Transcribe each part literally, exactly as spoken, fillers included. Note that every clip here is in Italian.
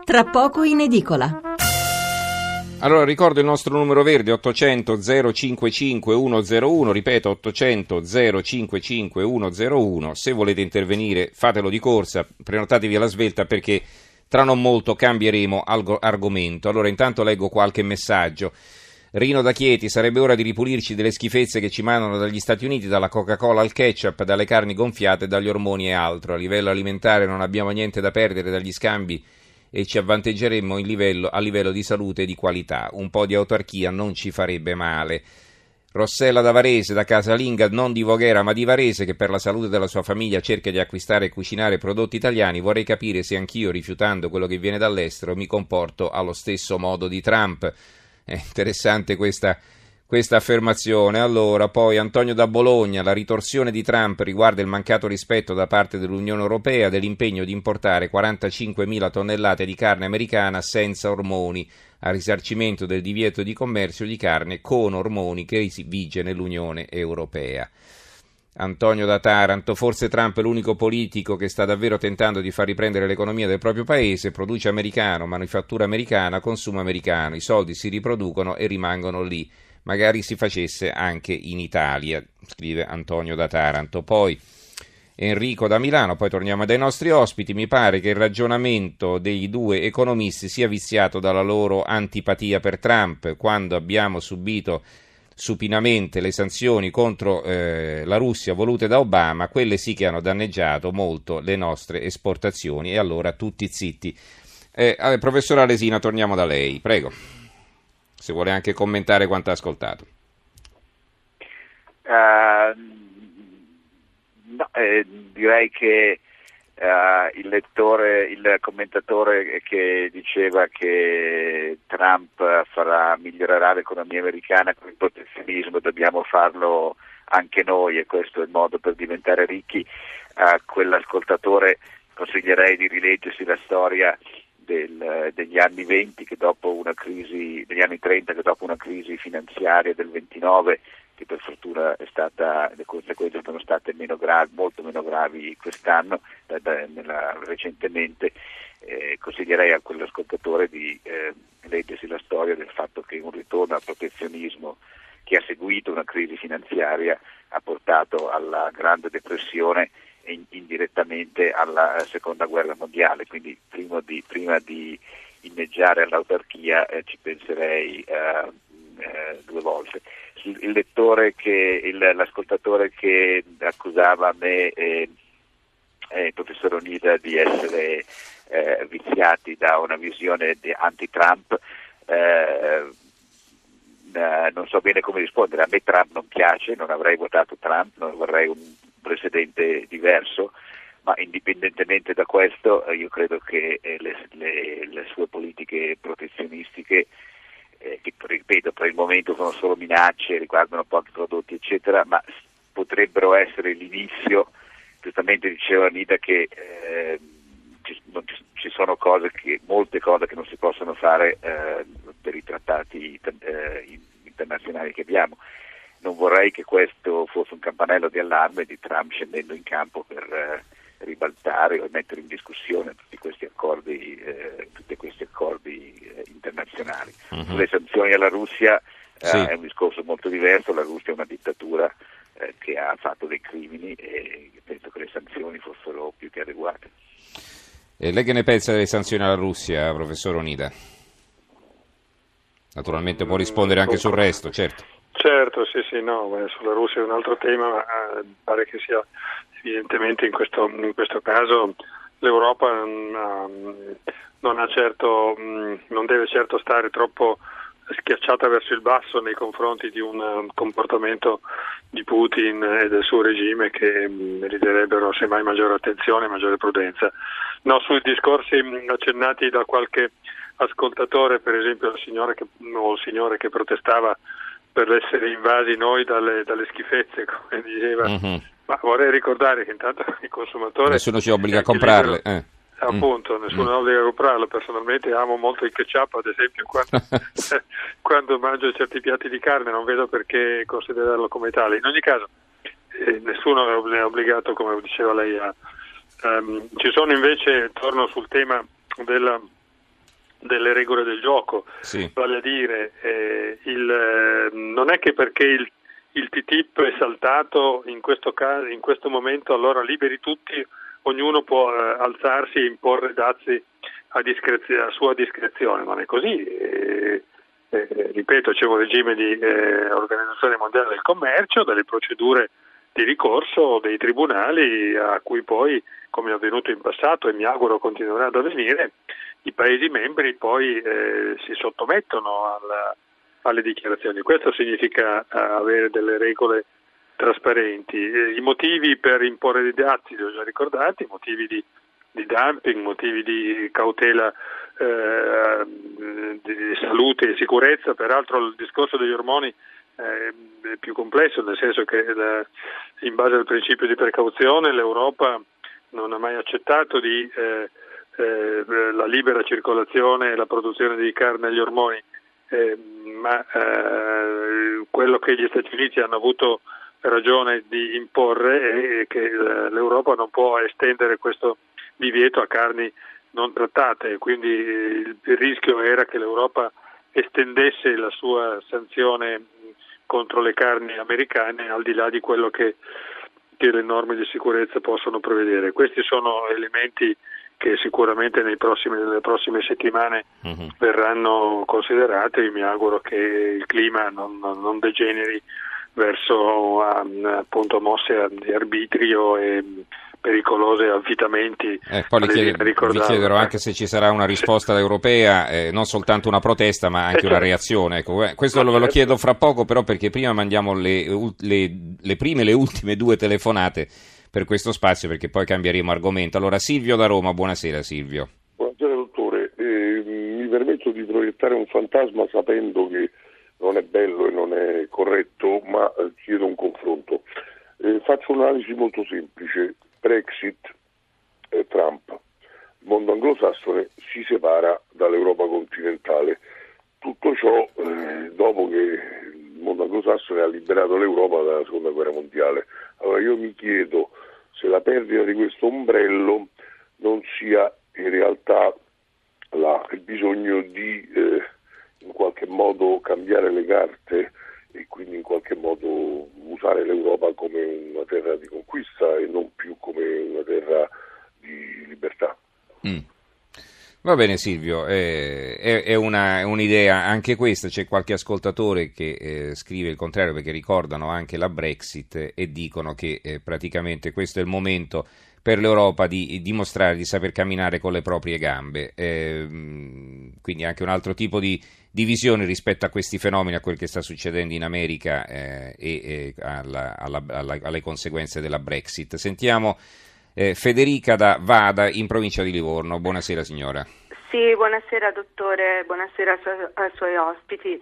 tra poco in edicola. Allora ricordo il nostro numero verde ottocento zero cinquantacinque centouno, ripeto ottocento zero cinquantacinque centouno, se volete intervenire fatelo di corsa, prenotatevi alla svelta perché tra non molto cambieremo argomento. Allora intanto leggo qualche messaggio. Rino da Chieti: sarebbe ora di ripulirci delle schifezze che ci mandano dagli Stati Uniti, dalla Coca-Cola al ketchup, dalle carni gonfiate, dagli ormoni e altro. A livello alimentare non abbiamo niente da perdere dagli scambi e ci avvantaggeremmo in livello, a livello di salute e di qualità. Un po' di autarchia non ci farebbe male. Rossella da Varese, da casalinga non di Voghera ma di Varese, che per la salute della sua famiglia cerca di acquistare e cucinare prodotti italiani. Vorrei capire se anch'io, rifiutando quello che viene dall'estero, mi comporto allo stesso modo di Trump. È interessante questa, questa affermazione. Allora, poi Antonio da Bologna: la ritorsione di Trump riguarda il mancato rispetto da parte dell'Unione Europea dell'impegno di importare quarantacinquemila tonnellate di carne americana senza ormoni, a risarcimento del divieto di commercio di carne con ormoni che vige nell'Unione Europea. Antonio da Taranto: forse Trump è l'unico politico che sta davvero tentando di far riprendere l'economia del proprio paese, produce americano, manifattura americana, consumo americano, i soldi si riproducono e rimangono lì, magari si facesse anche in Italia, scrive Antonio da Taranto. Poi Enrico da Milano: poi torniamo dai nostri ospiti. Mi pare che il ragionamento dei due economisti sia viziato dalla loro antipatia per Trump. Quando abbiamo subito supinamente le sanzioni contro eh, la Russia volute da Obama, quelle sì che hanno danneggiato molto le nostre esportazioni, e allora tutti zitti. Eh, eh, professor Alesina, torniamo da lei, prego, se vuole anche commentare quanto ha ascoltato. Uh, no, eh, direi che Uh, il lettore, il commentatore che diceva che Trump farà, migliorerà l'economia americana con il protezionismo, dobbiamo farlo anche noi e questo è il modo per diventare ricchi, a uh, quell'ascoltatore consiglierei di rileggersi la storia del, degli anni venti, che dopo una crisi, degli anni trenta, che dopo una crisi finanziaria del ventinove, che per fortuna è stata, le conseguenze sono state meno gravi, molto meno gravi quest'anno, da, da, nella, recentemente, eh, consiglierei a quell'ascoltatore di eh, leggersi la storia del fatto che un ritorno al protezionismo che ha seguito una crisi finanziaria ha portato alla Grande Depressione e in, indirettamente alla Seconda Guerra Mondiale, quindi prima di, prima di inneggiare all'autarchia eh, ci penserei eh, eh, due volte. Il lettore che, il, l'ascoltatore che accusava me e eh, il professor Onida di essere eh, viziati da una visione di anti-Trump, eh, eh, non so bene come rispondere. A me Trump non piace, non avrei votato Trump, non vorrei un presidente diverso, ma indipendentemente da questo eh, io credo che eh, le, le, le sue politiche protezionistiche, Eh, che ripeto per il momento sono solo minacce, riguardano pochi prodotti eccetera, ma potrebbero essere l'inizio. Giustamente diceva Anita che eh, ci, non ci, ci sono cose che, molte cose che non si possono fare eh, per i trattati eh, internazionali che abbiamo. Non vorrei che questo fosse un campanello di allarme di Trump scendendo in campo per eh, ribaltare o mettere in discussione tutti questi accordi, eh, tutti questi accordi eh, internazionali. Uh-huh. Sulle sanzioni alla Russia eh, sì. È un discorso molto diverso. La Russia è una dittatura eh, che ha fatto dei crimini e penso che le sanzioni fossero più che adeguate. E lei che ne pensa delle sanzioni alla Russia, professor Onida? Naturalmente può rispondere anche sul resto, certo. Certo, sì, sì, no, sulla Russia è un altro tema, ma eh, pare che sia evidentemente in questo, in questo caso l'Europa non, non ha certo, non deve certo stare troppo schiacciata verso il basso nei confronti di un comportamento di Putin e del suo regime che meriterebbero semmai maggiore attenzione e maggiore prudenza. No, sui discorsi accennati da qualche ascoltatore, per esempio il signore che, o il signore che protestava per essere invasi noi dalle, dalle schifezze, come diceva, mm-hmm. ma vorrei ricordare che intanto il consumatore nessuno ci obbliga a comprarle, libero, eh. appunto, mm. nessuno mm. obbliga a comprarlo. Personalmente amo molto il ketchup, ad esempio, quando, quando mangio certi piatti di carne non vedo perché considerarlo come tale. In ogni caso eh, nessuno è obbligato, come diceva lei, a um, ci sono invece, torno sul tema della delle regole del gioco, sì. Vale a dire, eh, il, eh, non è che perché il, il T T I P è saltato in questo caso, in questo momento, allora liberi tutti, ognuno può eh, alzarsi e imporre dazi a, discrezio, a sua discrezione, non è così. Eh, eh, ripeto, c'è un regime di eh, Organizzazione Mondiale del Commercio, delle procedure di ricorso dei tribunali a cui poi, come è avvenuto in passato e mi auguro continuerà ad avvenire, i Paesi membri poi eh, si sottomettono alla, alle dichiarazioni. Questo significa eh, avere delle regole trasparenti. Eh, I motivi per imporre dei dazi li ho già ricordati, motivi di, di dumping, motivi di cautela eh, di salute e sicurezza. Peraltro il discorso degli ormoni è più complesso, nel senso che in base al principio di precauzione l'Europa non ha mai accettato di, eh, eh, la libera circolazione e la produzione di carne agli ormoni, eh, ma eh, quello che gli Stati Uniti hanno avuto ragione di imporre è che l'Europa non può estendere questo divieto a carni non trattate, quindi il, il rischio era che l'Europa estendesse la sua sanzione contro le carni americane al di là di quello che, che le norme di sicurezza possono prevedere. Questi sono elementi che sicuramente nei prossimi, nelle prossime settimane uh-huh. verranno considerati. Mi auguro che il clima non, non degeneri verso um, appunto mosse di arbitrio e pericolose avvitamenti. Eh, poi chied- vi chiederò anche se ci sarà una risposta europea, eh, non soltanto una protesta ma anche eh, una certo. reazione. Ecco, eh, questo lo, ve lo chiedo fra poco, però, perché prima mandiamo le, le, le prime e le ultime due telefonate per questo spazio, perché poi cambieremo argomento. Allora, Silvio da Roma, buonasera Silvio. Buonasera dottore, eh, mi permetto di proiettare un fantasma sapendo che non è bello e non è corretto, ma eh, chiedo un confronto. Eh, faccio un'analisi molto semplice. Brexit, eh, Trump, il mondo anglosassone si separa dall'Europa continentale. Tutto ciò eh, dopo che il mondo anglosassone ha liberato l'Europa dalla seconda guerra mondiale. Allora io mi chiedo se la perdita di questo ombrello non sia in realtà la, il bisogno di eh, in qualche modo cambiare le carte e quindi in qualche modo usare l'Europa come una terra di conquista e non più come una terra di libertà. Mm. Va bene Silvio, eh, è, è una, un'idea anche questa. C'è qualche ascoltatore che eh, scrive il contrario, perché ricordano anche la Brexit e dicono che eh, praticamente questo è il momento per l'Europa di dimostrare di saper camminare con le proprie gambe, eh, quindi anche un altro tipo di, di visione rispetto a questi fenomeni, a quel che sta succedendo in America eh, e, e alla, alla, alla, alle conseguenze della Brexit. Sentiamo eh, Federica da Vada in provincia di Livorno. Buonasera signora. Sì, buonasera dottore, buonasera ai suoi ospiti.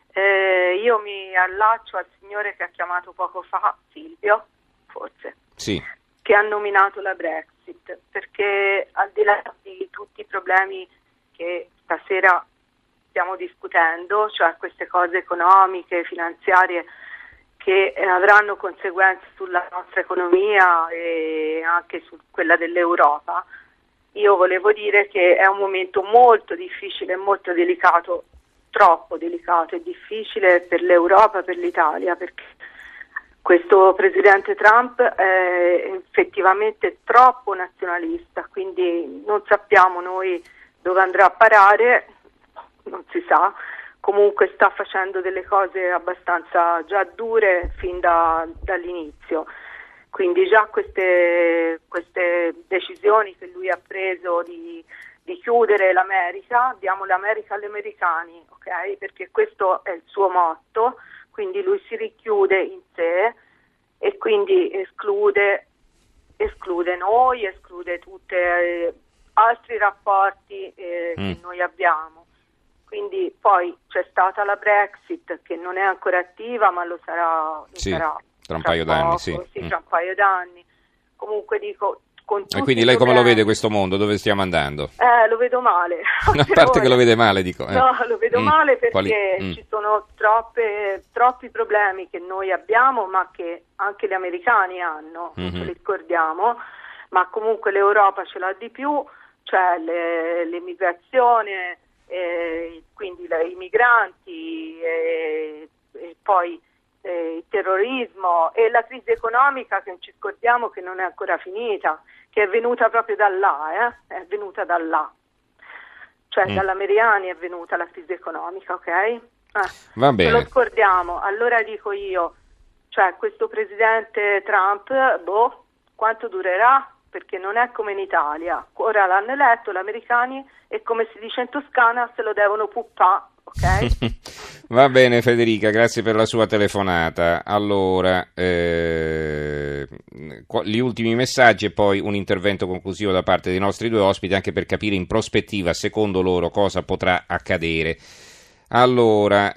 Eh, io mi allaccio al signore che ha chiamato poco fa, Silvio, forse. Sì. Che ha nominato la Brexit, perché al di là di tutti i problemi che stasera stiamo discutendo, cioè queste cose economiche, finanziarie che avranno conseguenze sulla nostra economia e anche su quella dell'Europa, io volevo dire che è un momento molto difficile e molto delicato, troppo delicato e difficile per l'Europa, per l'Italia, perché questo presidente Trump è effettivamente troppo nazionalista, quindi non sappiamo noi dove andrà a parare, non si sa. Comunque sta facendo delle cose abbastanza già dure fin da, dall'inizio, quindi già queste, queste decisioni che lui ha preso di, di chiudere l'America, diamo l'America agli americani, ok? Perché questo è il suo motto. Quindi lui si richiude in sé e quindi esclude, esclude noi, esclude tutti eh, altri rapporti eh, mm. che noi abbiamo. Quindi poi c'è stata la Brexit che non è ancora attiva, ma lo sarà, lo sì, sarà tra un paio poco, d'anni. Sì, sì mm. tra un paio d'anni. Comunque dico... E quindi lei come lo vede questo mondo? Dove stiamo andando? Eh, lo vedo male. A parte che lo vede male, dico. Eh. No, lo vedo mm. male perché Quali? Mm. ci sono troppe, troppi problemi che noi abbiamo, ma che anche gli americani hanno, mm-hmm. non ce li scordiamo, ma comunque l'Europa ce l'ha di più, cioè le, l'immigrazione, eh, quindi le, i migranti, eh, e poi eh, il terrorismo e la crisi economica, che non ci scordiamo che non è ancora finita, che è venuta proprio da là, eh? è venuta da là, cioè mm. dalla Meriani è venuta la crisi economica, ok? Eh, Va bene. Ce lo scordiamo, allora dico io, cioè questo presidente Trump, boh, quanto durerà? Perché non è come in Italia, ora l'hanno eletto, gli americani, e come si dice in Toscana, se lo devono puppà, ok? Va bene Federica, grazie per la sua telefonata. Allora, eh, gli ultimi messaggi e poi un intervento conclusivo da parte dei nostri due ospiti, anche per capire in prospettiva, secondo loro, cosa potrà accadere. Allora,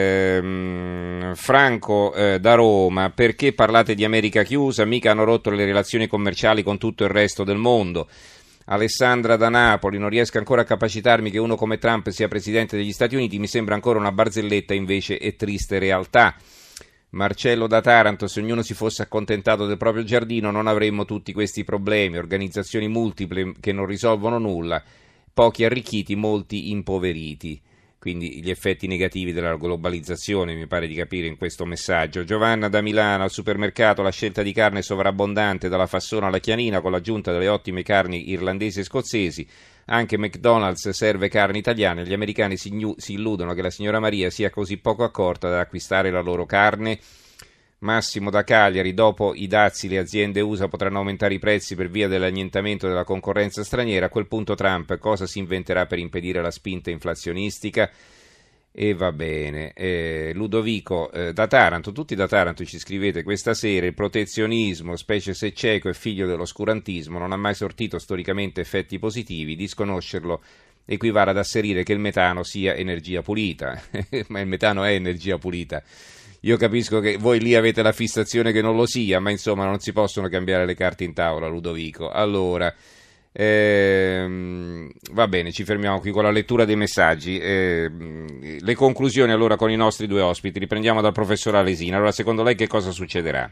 ehm, Franco eh, da Roma, perché parlate di America chiusa? Mica hanno rotto le relazioni commerciali con tutto il resto del mondo. Alessandra da Napoli, non riesco ancora a capacitarmi che uno come Trump sia presidente degli Stati Uniti, mi sembra ancora una barzelletta, invece è triste realtà. Marcello da Taranto, se ognuno si fosse accontentato del proprio giardino non avremmo tutti questi problemi, organizzazioni multiple che non risolvono nulla, pochi arricchiti, molti impoveriti. Quindi gli effetti negativi della globalizzazione, mi pare di capire in questo messaggio. Giovanna da Milano, al supermercato la scelta di carne sovrabbondante dalla fassona alla chianina con l'aggiunta delle ottime carni irlandesi e scozzesi. Anche McDonald's serve carne italiana, gli americani si, gnu- si illudono che la signora Maria sia così poco accorta da acquistare la loro carne. Massimo da Cagliari, dopo i dazi le aziende U S A potranno aumentare i prezzi per via dell'annientamento della concorrenza straniera, a quel punto Trump cosa si inventerà per impedire la spinta inflazionistica? E va bene. Eh, Ludovico eh, da Taranto, tutti da Taranto ci scrivete questa sera, il protezionismo, specie se cieco e figlio dell'oscurantismo, non ha mai sortito storicamente effetti positivi, disconoscerlo equivale ad asserire che il metano sia energia pulita, ma il metano è energia pulita. Io capisco che voi lì avete la fissazione che non lo sia, ma insomma non si possono cambiare le carte in tavola, Ludovico. Allora, ehm, va bene, ci fermiamo qui con la lettura dei messaggi. Eh, le conclusioni allora con i nostri due ospiti. Riprendiamo dal professor Alesina. Allora, secondo lei che cosa succederà?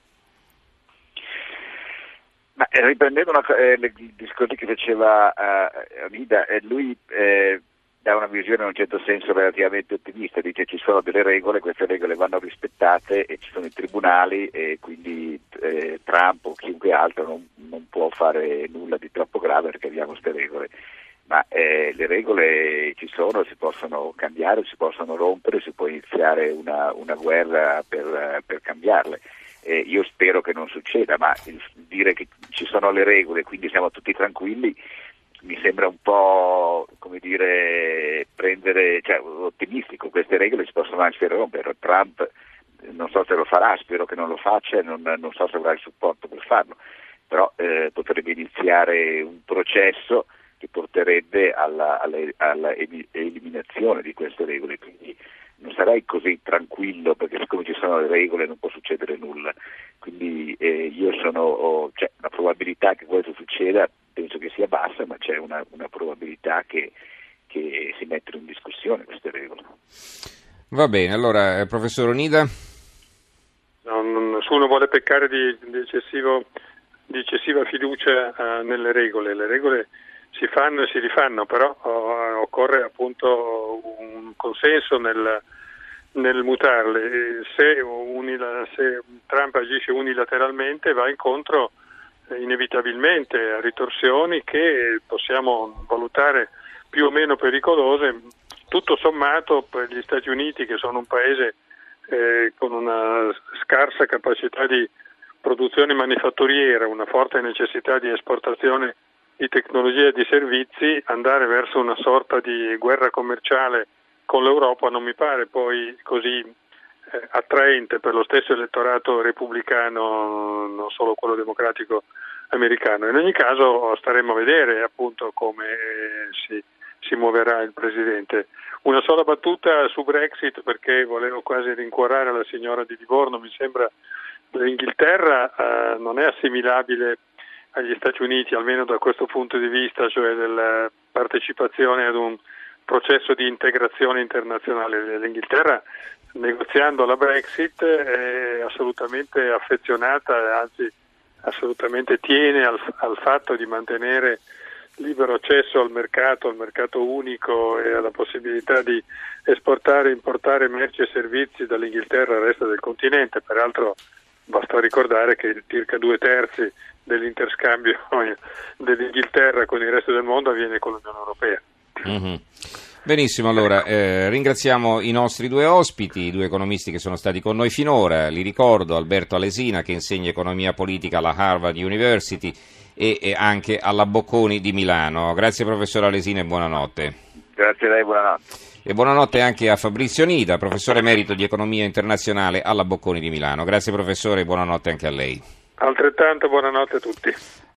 Ma, eh, riprendendo una, eh, il discorso che faceva eh, Anida, eh, lui... Eh, dà una visione in un certo senso relativamente ottimista, dice ci sono delle regole, queste regole vanno rispettate e ci sono i tribunali e quindi eh, Trump o chiunque altro non, non può fare nulla di troppo grave perché abbiamo queste regole, ma eh, le regole ci sono, si possono cambiare, si possono rompere, si può iniziare una, una guerra per, per cambiarle. Eh, io spero che non succeda, ma il, dire che ci sono le regole quindi siamo tutti tranquilli mi sembra un po', come dire, prendere, cioè ottimistico, queste regole si possono anche rompere. Trump non so se lo farà, spero che non lo faccia, non, non so se avrà il supporto per farlo, però eh, potrebbe iniziare un processo che porterebbe alla, alla, alla eliminazione di queste regole, quindi non sarei così tranquillo perché siccome ci sono le regole non può succedere nulla, quindi eh, io sono, oh, cioè, la probabilità che questo succeda penso che sia bassa, ma c'è una, una probabilità che, che si mettano in discussione queste regole. Va bene, allora eh, professor Onida? No, nessuno vuole peccare di, di, eccessivo, di eccessiva fiducia uh, nelle regole, le regole si fanno e si rifanno, però uh, occorre appunto un consenso nel, nel mutarle. Se, unila, se Trump agisce unilateralmente va incontro inevitabilmente a ritorsioni che possiamo valutare più o meno pericolose, tutto sommato per gli Stati Uniti, che sono un paese eh, con una scarsa capacità di produzione manifatturiera, una forte necessità di esportazione di tecnologie e di servizi, andare verso una sorta di guerra commerciale con l'Europa non mi pare poi così eh, attraente per lo stesso elettorato repubblicano, non solo quello democratico americano. In ogni caso staremo a vedere appunto come eh, si, si muoverà il Presidente. Una sola battuta su Brexit, perché volevo quasi rincuorare la signora di Livorno, mi sembra che l'Inghilterra eh, non è assimilabile agli Stati Uniti, almeno da questo punto di vista, cioè della partecipazione ad un processo di integrazione internazionale. L'Inghilterra, negoziando la Brexit, è assolutamente affezionata, anzi assolutamente tiene al, al fatto di mantenere libero accesso al mercato, al mercato unico e alla possibilità di esportare e importare merci e servizi dall'Inghilterra al resto del continente. Peraltro basta ricordare che circa due terzi dell'interscambio dell'Inghilterra con il resto del mondo avviene con l'Unione Europea. Mm-hmm. Benissimo, allora eh, ringraziamo i nostri due ospiti, i due economisti che sono stati con noi finora. Li ricordo: Alberto Alesina, che insegna economia politica alla Harvard University, e, e anche alla Bocconi di Milano. Grazie professore Alesina e buonanotte. Grazie a lei, buonanotte. E buonanotte anche a Fabrizio Nida, professore emerito di economia internazionale alla Bocconi di Milano. Grazie professore e buonanotte anche a lei. Altrettanto buonanotte a tutti.